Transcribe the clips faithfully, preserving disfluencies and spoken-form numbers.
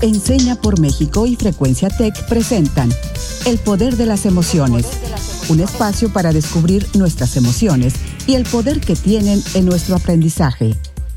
Enseña por México y Frecuencia Tech presentan El Poder de las Emociones, un espacio para descubrir nuestras emociones y el poder que tienen en nuestro aprendizaje.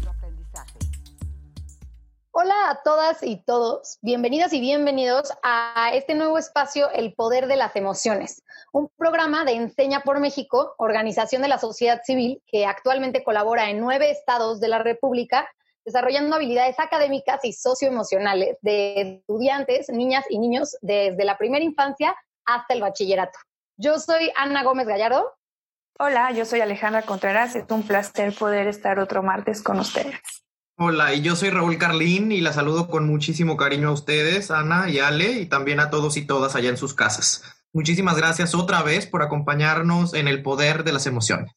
Hola a todas y todos, bienvenidas y bienvenidos a este nuevo espacio El Poder de las Emociones, un programa de Enseña por México, organización de la sociedad civil que actualmente colabora en nueve estados de la República, desarrollando habilidades académicas y socioemocionales de estudiantes, niñas y niños desde la primera infancia hasta el bachillerato. Yo soy Ana Gómez Gallardo. Hola, yo soy Alejandra Contreras. Es un placer poder estar otro martes con ustedes. Hola, y yo soy Raúl Carlín y la saludo con muchísimo cariño a ustedes, Ana y Ale, y también a todos y todas allá en sus casas. Muchísimas gracias otra vez por acompañarnos en El Poder de las Emociones.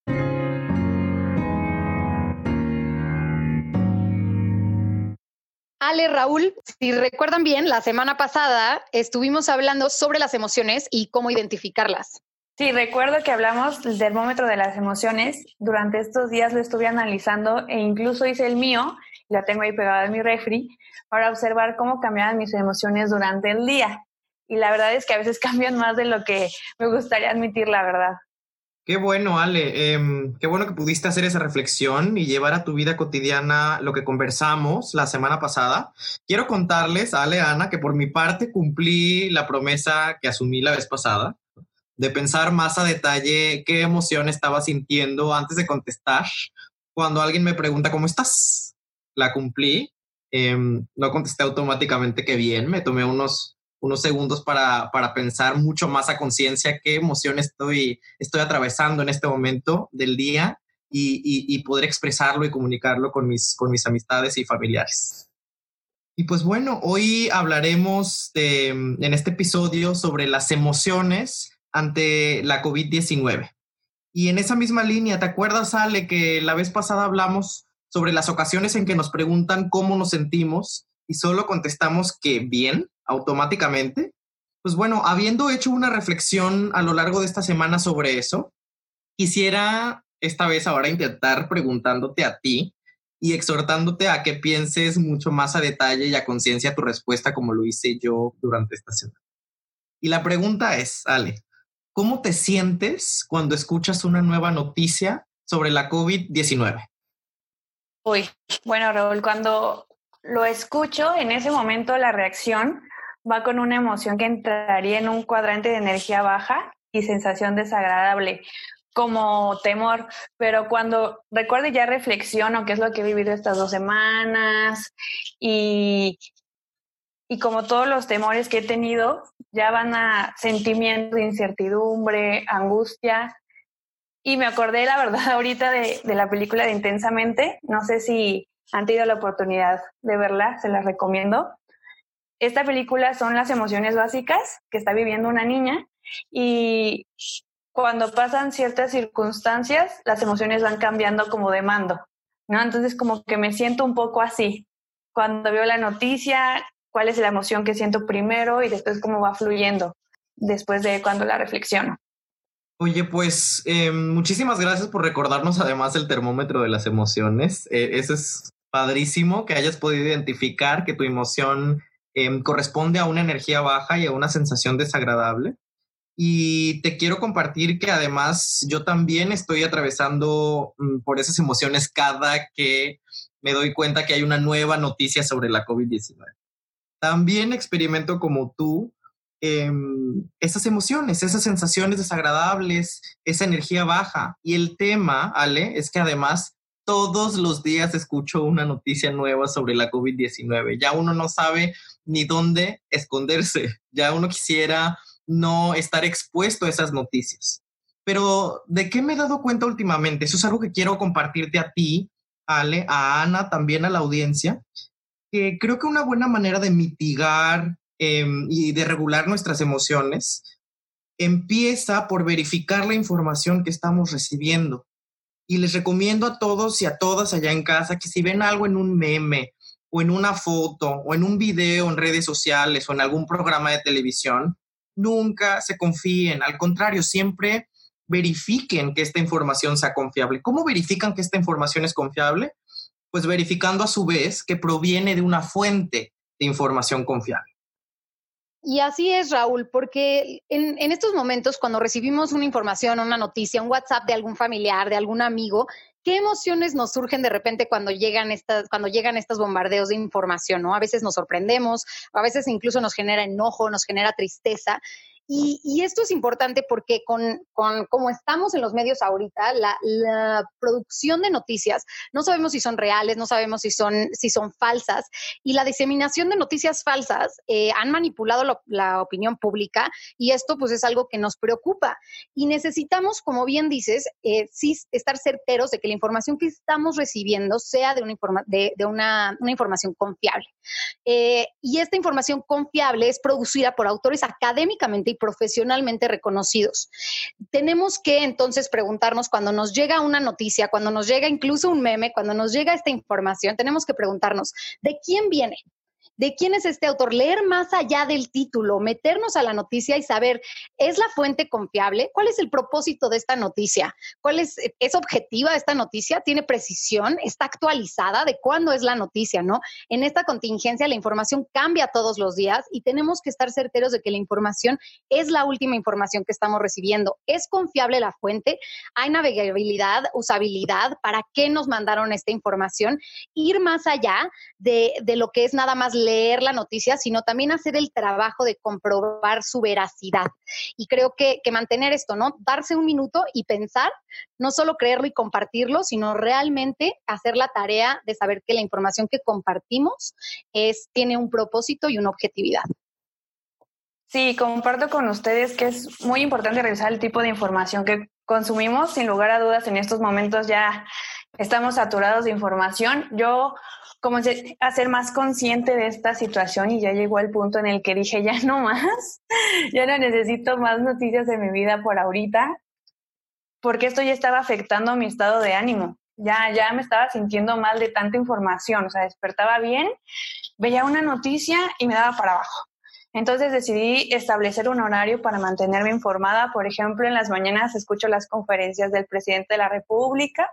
Ale, Raúl, si recuerdan bien, la semana pasada estuvimos hablando sobre las emociones y cómo identificarlas. Sí, recuerdo que hablamos del termómetro de las emociones. Durante estos días lo estuve analizando e incluso hice el mío, lo tengo ahí pegado en mi refri, para observar cómo cambiaban mis emociones durante el día. Y la verdad es que a veces cambian más de lo que me gustaría admitir, la verdad. Qué bueno, Ale. Eh, qué bueno que pudiste hacer esa reflexión y llevar a tu vida cotidiana lo que conversamos la semana pasada. Quiero contarles, Ale, Ana, que por mi parte cumplí la promesa que asumí la vez pasada, de pensar más a detalle qué emoción estaba sintiendo antes de contestar cuando alguien me pregunta ¿cómo estás? La cumplí. Eh, no contesté automáticamente que bien, me tomé unos, unos segundos para, para pensar mucho más a conciencia qué emoción estoy, estoy atravesando en este momento del día y, y, y poder expresarlo y comunicarlo con mis, con mis amistades y familiares. Y pues bueno, hoy hablaremos de, en este episodio sobre las emociones ante la covid diecinueve. Y en esa misma línea, ¿te acuerdas, Ale, que la vez pasada hablamos sobre las ocasiones en que nos preguntan cómo nos sentimos y solo contestamos que bien, automáticamente? Pues bueno, habiendo hecho una reflexión a lo largo de esta semana sobre eso, quisiera esta vez ahora intentar preguntándote a ti y exhortándote a que pienses mucho más a detalle y a conciencia tu respuesta como lo hice yo durante esta semana. Y la pregunta es, Ale, ¿cómo te sientes cuando escuchas una nueva noticia sobre la covid diecinueve? Uy, bueno, Raúl, cuando lo escucho, en ese momento la reacción va con una emoción que entraría en un cuadrante de energía baja y sensación desagradable, como temor. Pero cuando recuerdo y ya reflexiono qué es lo que he vivido estas dos semanas y, y como todos los temores que he tenido, ya van a sentimientos de incertidumbre, angustia. Y me acordé, la verdad, ahorita de, de la película de Intensamente. No sé si han tenido la oportunidad de verla, se las recomiendo. Esta película son las emociones básicas que está viviendo una niña y cuando pasan ciertas circunstancias, las emociones van cambiando como de mando, ¿no? Entonces como que me siento un poco así. Cuando veo la noticia, cuál es la emoción que siento primero y después cómo va fluyendo después de cuando la reflexiono. Oye, pues eh, muchísimas gracias por recordarnos además el termómetro de las emociones. Eh, eso es padrísimo que hayas podido identificar que tu emoción eh, corresponde a una energía baja y a una sensación desagradable. Y te quiero compartir que además yo también estoy atravesando mm, por esas emociones cada que me doy cuenta que hay una nueva noticia sobre la covid diecinueve. También experimento como tú eh, esas emociones, esas sensaciones desagradables, esa energía baja. Y el tema, Ale, es que además todos los días escucho una noticia nueva sobre la covid diecinueve. Ya uno no sabe ni dónde esconderse. Ya uno quisiera no estar expuesto a esas noticias. Pero ¿de qué me he dado cuenta últimamente? Eso es algo que quiero compartirte a ti, Ale, a Ana, también a la audiencia, que creo que una buena manera de mitigar eh, y de regular nuestras emociones empieza por verificar la información que estamos recibiendo. Y les recomiendo a todos y a todas allá en casa que si ven algo en un meme o en una foto o en un video en redes sociales o en algún programa de televisión, nunca se confíen. Al contrario, siempre verifiquen que esta información sea confiable. ¿Cómo verifican que esta información es confiable? Pues verificando a su vez que proviene de una fuente de información confiable. Y así es, Raúl, porque en, en estos momentos, cuando recibimos una información, una noticia, un WhatsApp de algún familiar, de algún amigo, ¿qué emociones nos surgen de repente cuando llegan estas, cuando llegan estos bombardeos de información, ¿no? A veces nos sorprendemos, a veces incluso nos genera enojo, nos genera tristeza. Y, y esto es importante porque con, con como estamos en los medios ahorita, la, la producción de noticias, no sabemos si son reales, no sabemos si son, si son falsas, y la diseminación de noticias falsas eh, han manipulado lo, la opinión pública, y esto pues es algo que nos preocupa. Y necesitamos, como bien dices, eh, sí estar certeros de que la información que estamos recibiendo sea de una, informa de, de una, una información confiable. Eh, y esta información confiable es producida por autores académicamente y profesionalmente reconocidos. Tenemos que entonces preguntarnos cuando nos llega una noticia, cuando nos llega incluso un meme, cuando nos llega esta información, tenemos que preguntarnos, ¿de quién viene? ¿De quién es este autor? Leer más allá del título, meternos a la noticia y saber, ¿es la fuente confiable? ¿Cuál es el propósito de esta noticia? ¿Cuál es, es objetiva esta noticia? ¿Tiene precisión? ¿Está actualizada? ¿De cuándo es la noticia, no? En esta contingencia la información cambia todos los días y tenemos que estar certeros de que la información es la última información que estamos recibiendo. ¿Es confiable la fuente? ¿Hay navegabilidad, usabilidad? ¿Para qué nos mandaron esta información? Ir más allá de, de lo que es nada más leer la noticia, sino también hacer el trabajo de comprobar su veracidad. Y creo que, que mantener esto, ¿no? Darse un minuto y pensar, no solo creerlo y compartirlo, sino realmente hacer la tarea de saber que la información que compartimos es, tiene un propósito y una objetividad. Sí, comparto con ustedes que es muy importante revisar el tipo de información que consumimos. Sin lugar a dudas, en estos momentos ya estamos saturados de información. Yo comencé a ser más consciente de esta situación y ya llegó el punto en el que dije, ya no más, ya no necesito más noticias de mi vida por ahorita, porque esto ya estaba afectando mi estado de ánimo. Ya, ya me estaba sintiendo mal de tanta información, o sea, despertaba bien, veía una noticia y me daba para abajo. Entonces decidí establecer un horario para mantenerme informada. Por ejemplo, en las mañanas escucho las conferencias del presidente de la República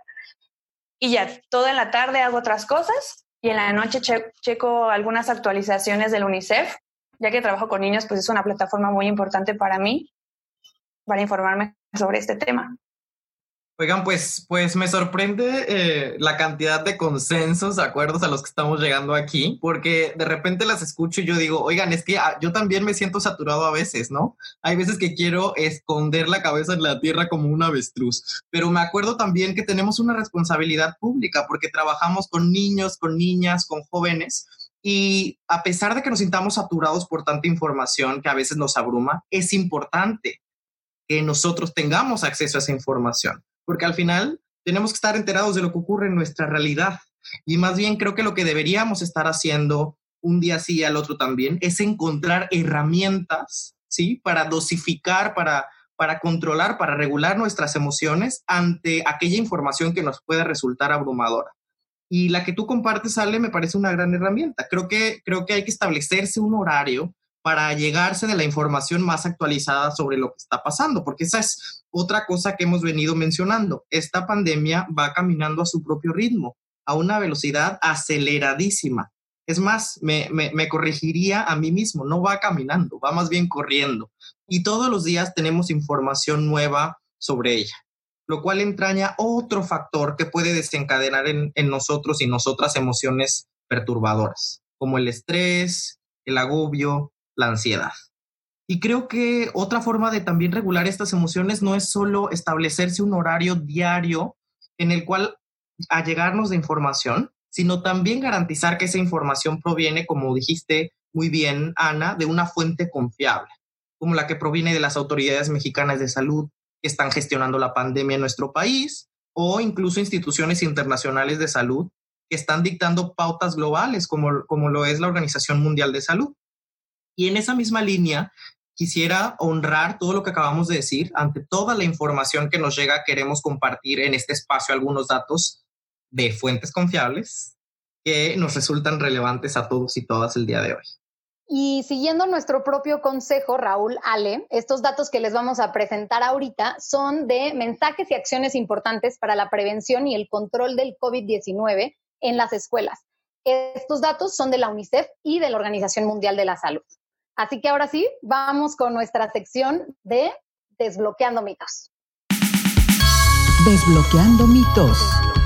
y ya toda la tarde hago otras cosas. Y en la noche che- checo algunas actualizaciones del UNICEF, ya que trabajo con niños, pues es una plataforma muy importante para mí, para informarme sobre este tema. Oigan, pues, pues me sorprende eh, la cantidad de consensos, acuerdos a los que estamos llegando aquí, porque de repente las escucho y yo digo, oigan, es que ah, yo también me siento saturado a veces, ¿no? Hay veces que quiero esconder la cabeza en la tierra como un avestruz, pero me acuerdo también que tenemos una responsabilidad pública porque trabajamos con niños, con niñas, con jóvenes. Y a pesar de que nos sintamos saturados por tanta información que a veces nos abruma, es importante que nosotros tengamos acceso a esa información, porque al final tenemos que estar enterados de lo que ocurre en nuestra realidad. Y más bien creo que lo que deberíamos estar haciendo un día sí y al otro también es encontrar herramientas, ¿sí? Para dosificar, para, para controlar, para regular nuestras emociones ante aquella información que nos puede resultar abrumadora. Y la que tú compartes, Ale, me parece una gran herramienta. Creo que, creo que hay que establecerse un horario para llegarse de la información más actualizada sobre lo que está pasando, porque esa es otra cosa que hemos venido mencionando. Esta pandemia va caminando a su propio ritmo, a una velocidad aceleradísima. Es más, me, me, me corregiría a mí mismo, no va caminando, va más bien corriendo. Y todos los días tenemos información nueva sobre ella, lo cual entraña otro factor que puede desencadenar en, en nosotros y nosotras emociones perturbadoras, como el estrés, el agobio, la ansiedad. Y creo que otra forma de también regular estas emociones no es solo establecerse un horario diario en el cual allegarnos de información, sino también garantizar que esa información proviene, como dijiste muy bien, Ana, de una fuente confiable, como la que proviene de las autoridades mexicanas de salud que están gestionando la pandemia en nuestro país, o incluso instituciones internacionales de salud que están dictando pautas globales, como, como lo es la Organización Mundial de Salud. Y en esa misma línea, quisiera honrar todo lo que acabamos de decir. Ante toda la información que nos llega, queremos compartir en este espacio algunos datos de fuentes confiables que nos resultan relevantes a todos y todas el día de hoy. Y siguiendo nuestro propio consejo, Raúl, Ale, estos datos que les vamos a presentar ahorita son de mensajes y acciones importantes para la prevención y el control del COVID diecinueve en las escuelas. Estos datos son de la UNICEF y de la Organización Mundial de la Salud. Así que ahora sí, vamos con nuestra sección de Desbloqueando mitos. Desbloqueando mitos.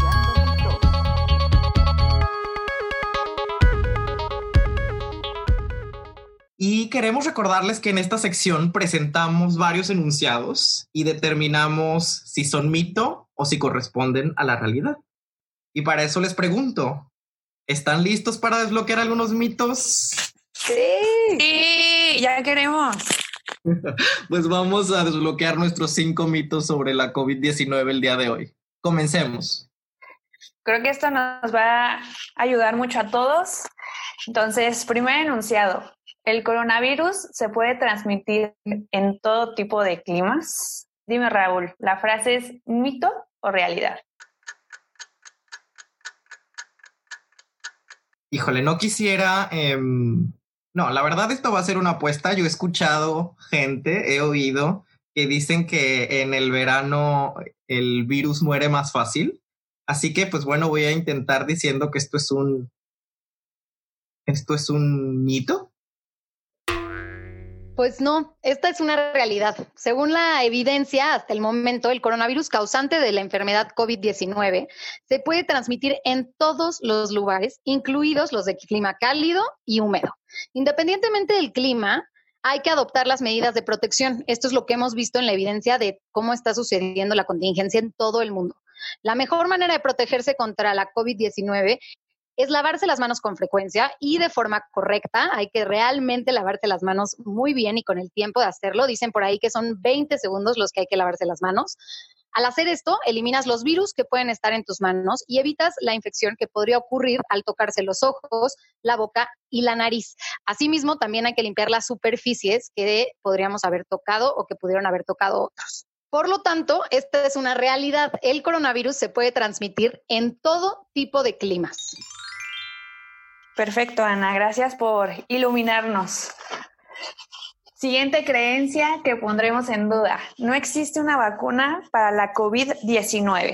Y queremos recordarles que en esta sección presentamos varios enunciados y determinamos si son mito o si corresponden a la realidad. Y para eso les pregunto, ¿están listos para desbloquear algunos mitos? Sí, sí, ya queremos. Pues vamos a desbloquear nuestros cinco mitos sobre la COVID diecinueve el día de hoy. Comencemos. Creo que esto nos va a ayudar mucho a todos. Entonces, primer enunciado. ¿El coronavirus se puede transmitir en todo tipo de climas? Dime, Raúl, ¿la frase es mito o realidad? Híjole, no quisiera... Eh, no, la verdad esto va a ser una apuesta. Yo he escuchado gente, he oído, que dicen que en el verano el virus muere más fácil. Así que, pues bueno, voy a intentar diciendo que esto es un... ¿Esto es un mito? Pues no, esta es una realidad. Según la evidencia, hasta el momento, el coronavirus causante de la enfermedad COVID diecinueve se puede transmitir en todos los lugares, incluidos los de clima cálido y húmedo. Independientemente del clima, hay que adoptar las medidas de protección. Esto es lo que hemos visto en la evidencia de cómo está sucediendo la contingencia en todo el mundo. La mejor manera de protegerse contra la COVID diecinueve es lavarse las manos con frecuencia y de forma correcta. Hay que realmente lavarse las manos muy bien y con el tiempo de hacerlo. Dicen por ahí que son veinte segundos los que hay que lavarse las manos. Al hacer esto, eliminas los virus que pueden estar en tus manos y evitas la infección que podría ocurrir al tocarse los ojos, la boca y la nariz. Asimismo, también hay que limpiar las superficies que podríamos haber tocado o que pudieron haber tocado otros. Por lo tanto, esta es una realidad. El coronavirus se puede transmitir en todo tipo de climas. Perfecto, Ana. Gracias por iluminarnos. Siguiente creencia que pondremos en duda. No existe una vacuna para la COVID diecinueve.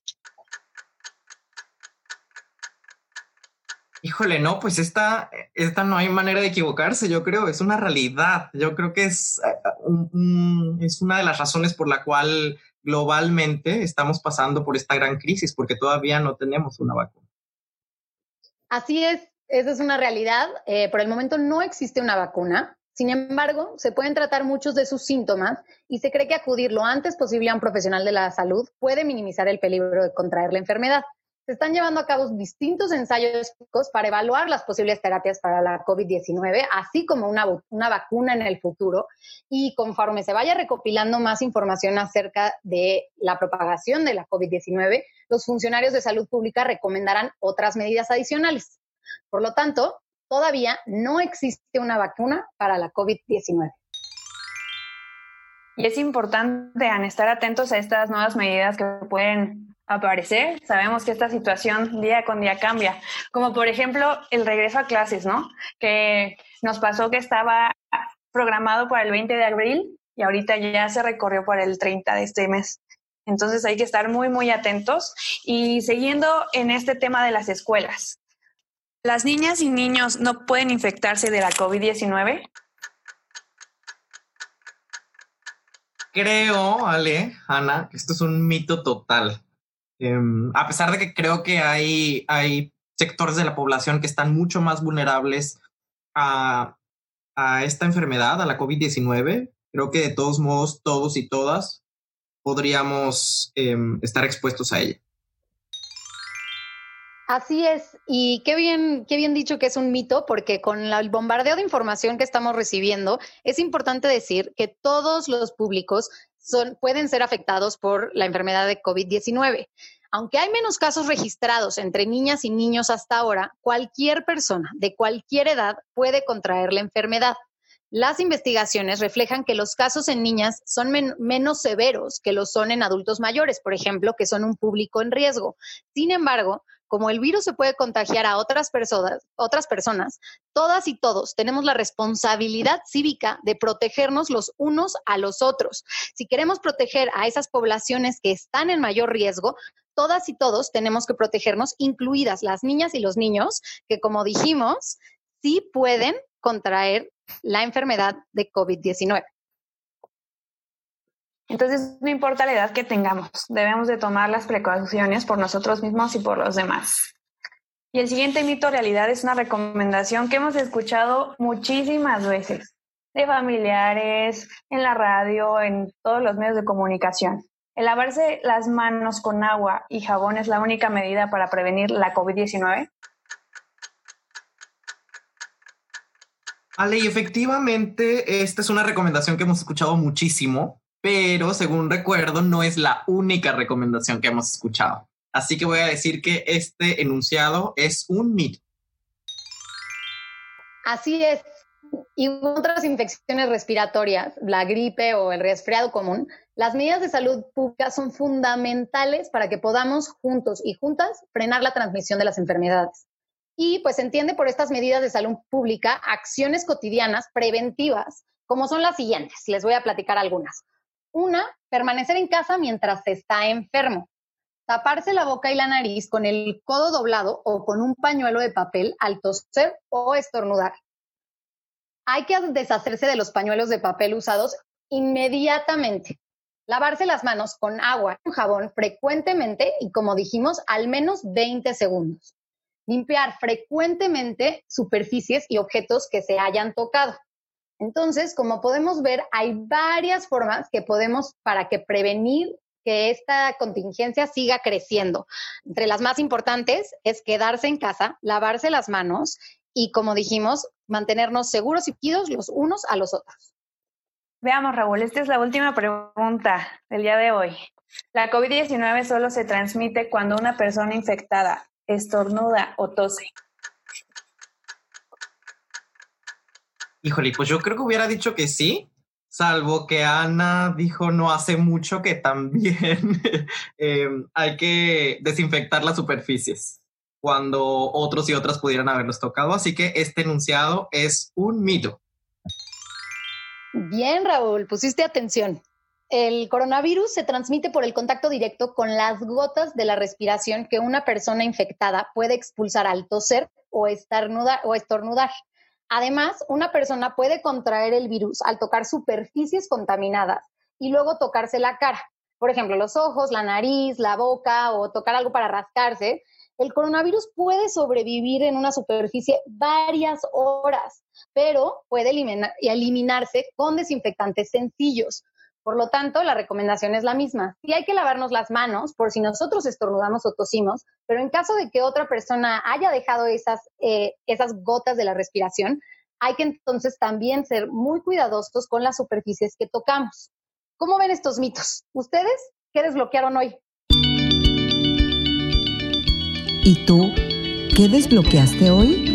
Híjole, no, pues esta, esta no hay manera de equivocarse, yo creo, es una realidad. Yo creo que es, uh, um, es una de las razones por la cual globalmente estamos pasando por esta gran crisis, porque todavía no tenemos una vacuna. Así es, esa es una realidad. Eh, por el momento no existe una vacuna. Sin embargo, se pueden tratar muchos de sus síntomas y se cree que acudir lo antes posible a un profesional de la salud puede minimizar el peligro de contraer la enfermedad. Se están llevando a cabo distintos ensayos para evaluar las posibles terapias para la COVID diecinueve, así como una, una vacuna en el futuro. Y conforme se vaya recopilando más información acerca de la propagación de la COVID diecinueve, los funcionarios de salud pública recomendarán otras medidas adicionales. Por lo tanto, todavía no existe una vacuna para la COVID diecinueve. Y es importante, Ana, estar atentos a estas nuevas medidas que pueden aparecer. Sabemos que esta situación día con día cambia, como por ejemplo el regreso a clases, ¿no? Que nos pasó que estaba programado para el veinte de abril y ahorita ya se recorrió para el treinta de este mes. Entonces hay que estar muy, muy atentos. Y siguiendo en este tema de las escuelas, ¿las niñas y niños no pueden infectarse de la COVID diecinueve? Creo, Ale, Ana, que esto es un mito total. Um, a pesar de que creo que hay, hay sectores de la población que están mucho más vulnerables a, a esta enfermedad, a la COVID diecinueve, creo que de todos modos, todos y todas podríamos um, estar expuestos a ella. Así es, y qué bien, qué bien dicho que es un mito, porque con la, el bombardeo de información que estamos recibiendo, es importante decir que todos los públicos son, pueden ser afectados por la enfermedad de COVID diecinueve. Aunque hay menos casos registrados entre niñas y niños hasta ahora, cualquier persona de cualquier edad puede contraer la enfermedad. Las investigaciones reflejan que los casos en niñas son men- menos severos que los son en adultos mayores, por ejemplo, que son un público en riesgo. Sin embargo, como el virus se puede contagiar a otras personas, otras personas, todas y todos tenemos la responsabilidad cívica de protegernos los unos a los otros. Si queremos proteger a esas poblaciones que están en mayor riesgo, todas y todos tenemos que protegernos, incluidas las niñas y los niños, que como dijimos, sí pueden contraer la enfermedad de COVID diecinueve. Entonces, no importa la edad que tengamos, debemos de tomar las precauciones por nosotros mismos y por los demás. Y el siguiente mito realidad es una recomendación que hemos escuchado muchísimas veces, de familiares, en la radio, en todos los medios de comunicación. ¿El lavarse las manos con agua y jabón es la única medida para prevenir la COVID diecinueve? Ale, y efectivamente, esta es una recomendación que hemos escuchado muchísimo, pero según recuerdo, no es la única recomendación que hemos escuchado. Así que voy a decir que este enunciado es un mito. Así es. Y otras infecciones respiratorias, la gripe o el resfriado común, las medidas de salud pública son fundamentales para que podamos juntos y juntas frenar la transmisión de las enfermedades. Y pues se entiende por estas medidas de salud pública acciones cotidianas preventivas, como son las siguientes. Les voy a platicar algunas. Una, permanecer en casa mientras se está enfermo. Taparse la boca y la nariz con el codo doblado o con un pañuelo de papel al toser o estornudar. Hay que deshacerse de los pañuelos de papel usados inmediatamente. Lavarse las manos con agua y jabón frecuentemente y, como dijimos, al menos veinte segundos. Limpiar frecuentemente superficies y objetos que se hayan tocado. Entonces, como podemos ver, hay varias formas que podemos para que prevenir que esta contingencia siga creciendo. Entre las más importantes es quedarse en casa, lavarse las manos y, como dijimos, mantenernos seguros y cuidados los unos a los otros. Veamos, Raúl, esta es la última pregunta del día de hoy. ¿La COVID diecinueve solo se transmite cuando una persona infectada estornuda o tose? Híjole, pues yo creo que hubiera dicho que sí, salvo que Ana dijo no hace mucho que también eh, hay que desinfectar las superficies cuando otros y otras pudieran haberlos tocado. Así que este enunciado es un mito. Bien, Raúl, pusiste atención. El coronavirus se transmite por el contacto directo con las gotas de la respiración que una persona infectada puede expulsar al toser o estornudar. O estornudar. Además, una persona puede contraer el virus al tocar superficies contaminadas y luego tocarse la cara. Por ejemplo, los ojos, la nariz, la boca o tocar algo para rascarse. El coronavirus puede sobrevivir en una superficie varias horas, pero puede eliminar, eliminarse con desinfectantes sencillos. Por lo tanto, la recomendación es la misma. Sí hay que lavarnos las manos por si nosotros estornudamos o tosimos, pero en caso de que otra persona haya dejado esas, eh, esas gotas de la respiración, hay que entonces también ser muy cuidadosos con las superficies que tocamos. ¿Cómo ven estos mitos? ¿Ustedes qué desbloquearon hoy? ¿Y tú qué desbloqueaste hoy?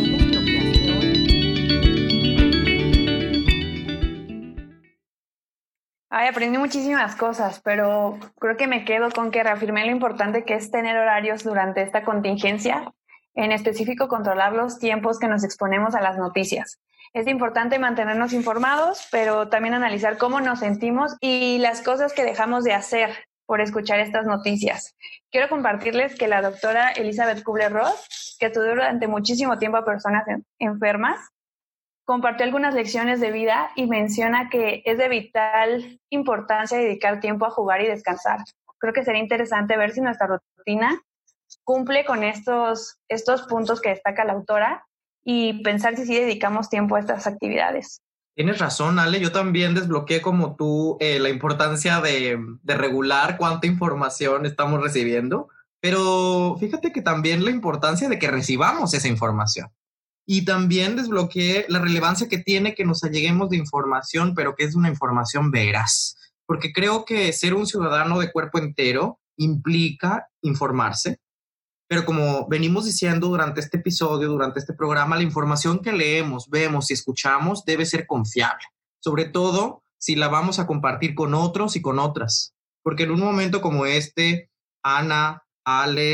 Ay, aprendí muchísimas cosas, pero creo que me quedo con que reafirmé lo importante que es tener horarios durante esta contingencia, en específico controlar los tiempos que nos exponemos a las noticias. Es importante mantenernos informados, pero también analizar cómo nos sentimos y las cosas que dejamos de hacer por escuchar estas noticias. Quiero compartirles que la doctora Elizabeth Kubler-Ross, que estudió durante muchísimo tiempo a personas en- enfermas, compartió algunas lecciones de vida y menciona que es de vital importancia dedicar tiempo a jugar y descansar. Creo que sería interesante ver si nuestra rutina cumple con estos, estos puntos que destaca la autora y pensar si sí dedicamos tiempo a estas actividades. Tienes razón, Ale. Yo también desbloqueé como tú eh, la importancia de, de regular cuánta información estamos recibiendo, pero fíjate que también la importancia de que recibamos esa información. Y también desbloqueé la relevancia que tiene que nos alleguemos de información, pero que es una información veraz. Porque creo que ser un ciudadano de cuerpo entero implica informarse. Pero como venimos diciendo durante este episodio, durante este programa, la información que leemos, vemos y escuchamos debe ser confiable. Sobre todo si la vamos a compartir con otros y con otras. Porque en un momento como este, Ana, Ale,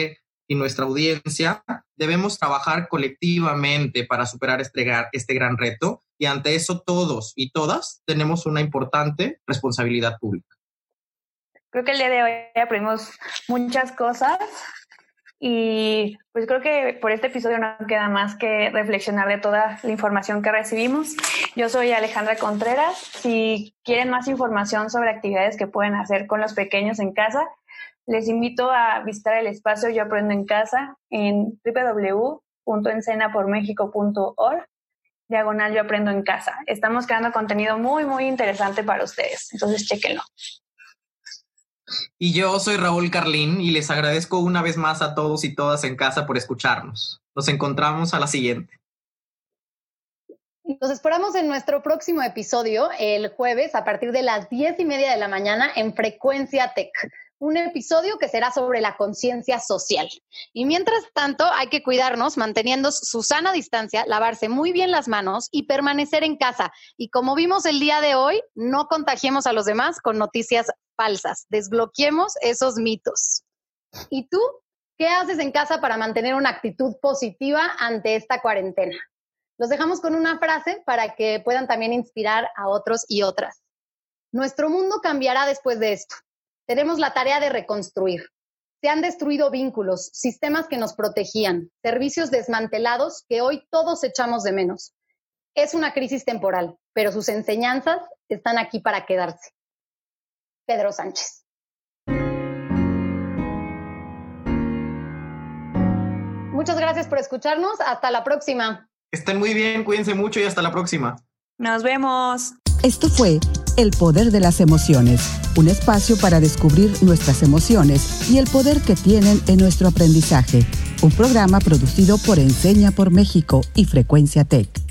y nuestra audiencia, debemos trabajar colectivamente para superar este gran, este gran reto, y ante eso todos y todas tenemos una importante responsabilidad pública. Creo que el día de hoy aprendimos muchas cosas y pues creo que por este episodio no queda más que reflexionar de toda la información que recibimos. Yo soy Alejandra Contreras. Si quieren más información sobre actividades que pueden hacer con los pequeños en casa, les invito a visitar el espacio Yo Aprendo en Casa en doble u doble u doble u punto encena por mexico punto org, diagonal Yo Aprendo en Casa. Estamos creando contenido muy, muy interesante para ustedes, entonces chéquenlo. Y yo soy Raúl Carlín y les agradezco una vez más a todos y todas en casa por escucharnos. Nos encontramos a la siguiente. Nos esperamos en nuestro próximo episodio el jueves a partir de las diez y media de la mañana en Frecuencia Tech. Un episodio que será sobre la conciencia social. Y mientras tanto, hay que cuidarnos manteniendo su sana distancia, lavarse muy bien las manos y permanecer en casa. Y como vimos el día de hoy, no contagiemos a los demás con noticias falsas. Desbloqueemos esos mitos. ¿Y tú? ¿Qué haces en casa para mantener una actitud positiva ante esta cuarentena? Los dejamos con una frase para que puedan también inspirar a otros y otras. Nuestro mundo cambiará después de esto. Tenemos la tarea de reconstruir. Se han destruido vínculos, sistemas que nos protegían, servicios desmantelados que hoy todos echamos de menos. Es una crisis temporal, pero sus enseñanzas están aquí para quedarse. Pedro Sánchez. Muchas gracias por escucharnos. Hasta la próxima. Estén muy bien, cuídense mucho y hasta la próxima. Nos vemos. Esto fue El Poder de las Emociones, un espacio para descubrir nuestras emociones y el poder que tienen en nuestro aprendizaje. Un programa producido por Enseña por México y Frecuencia Tech.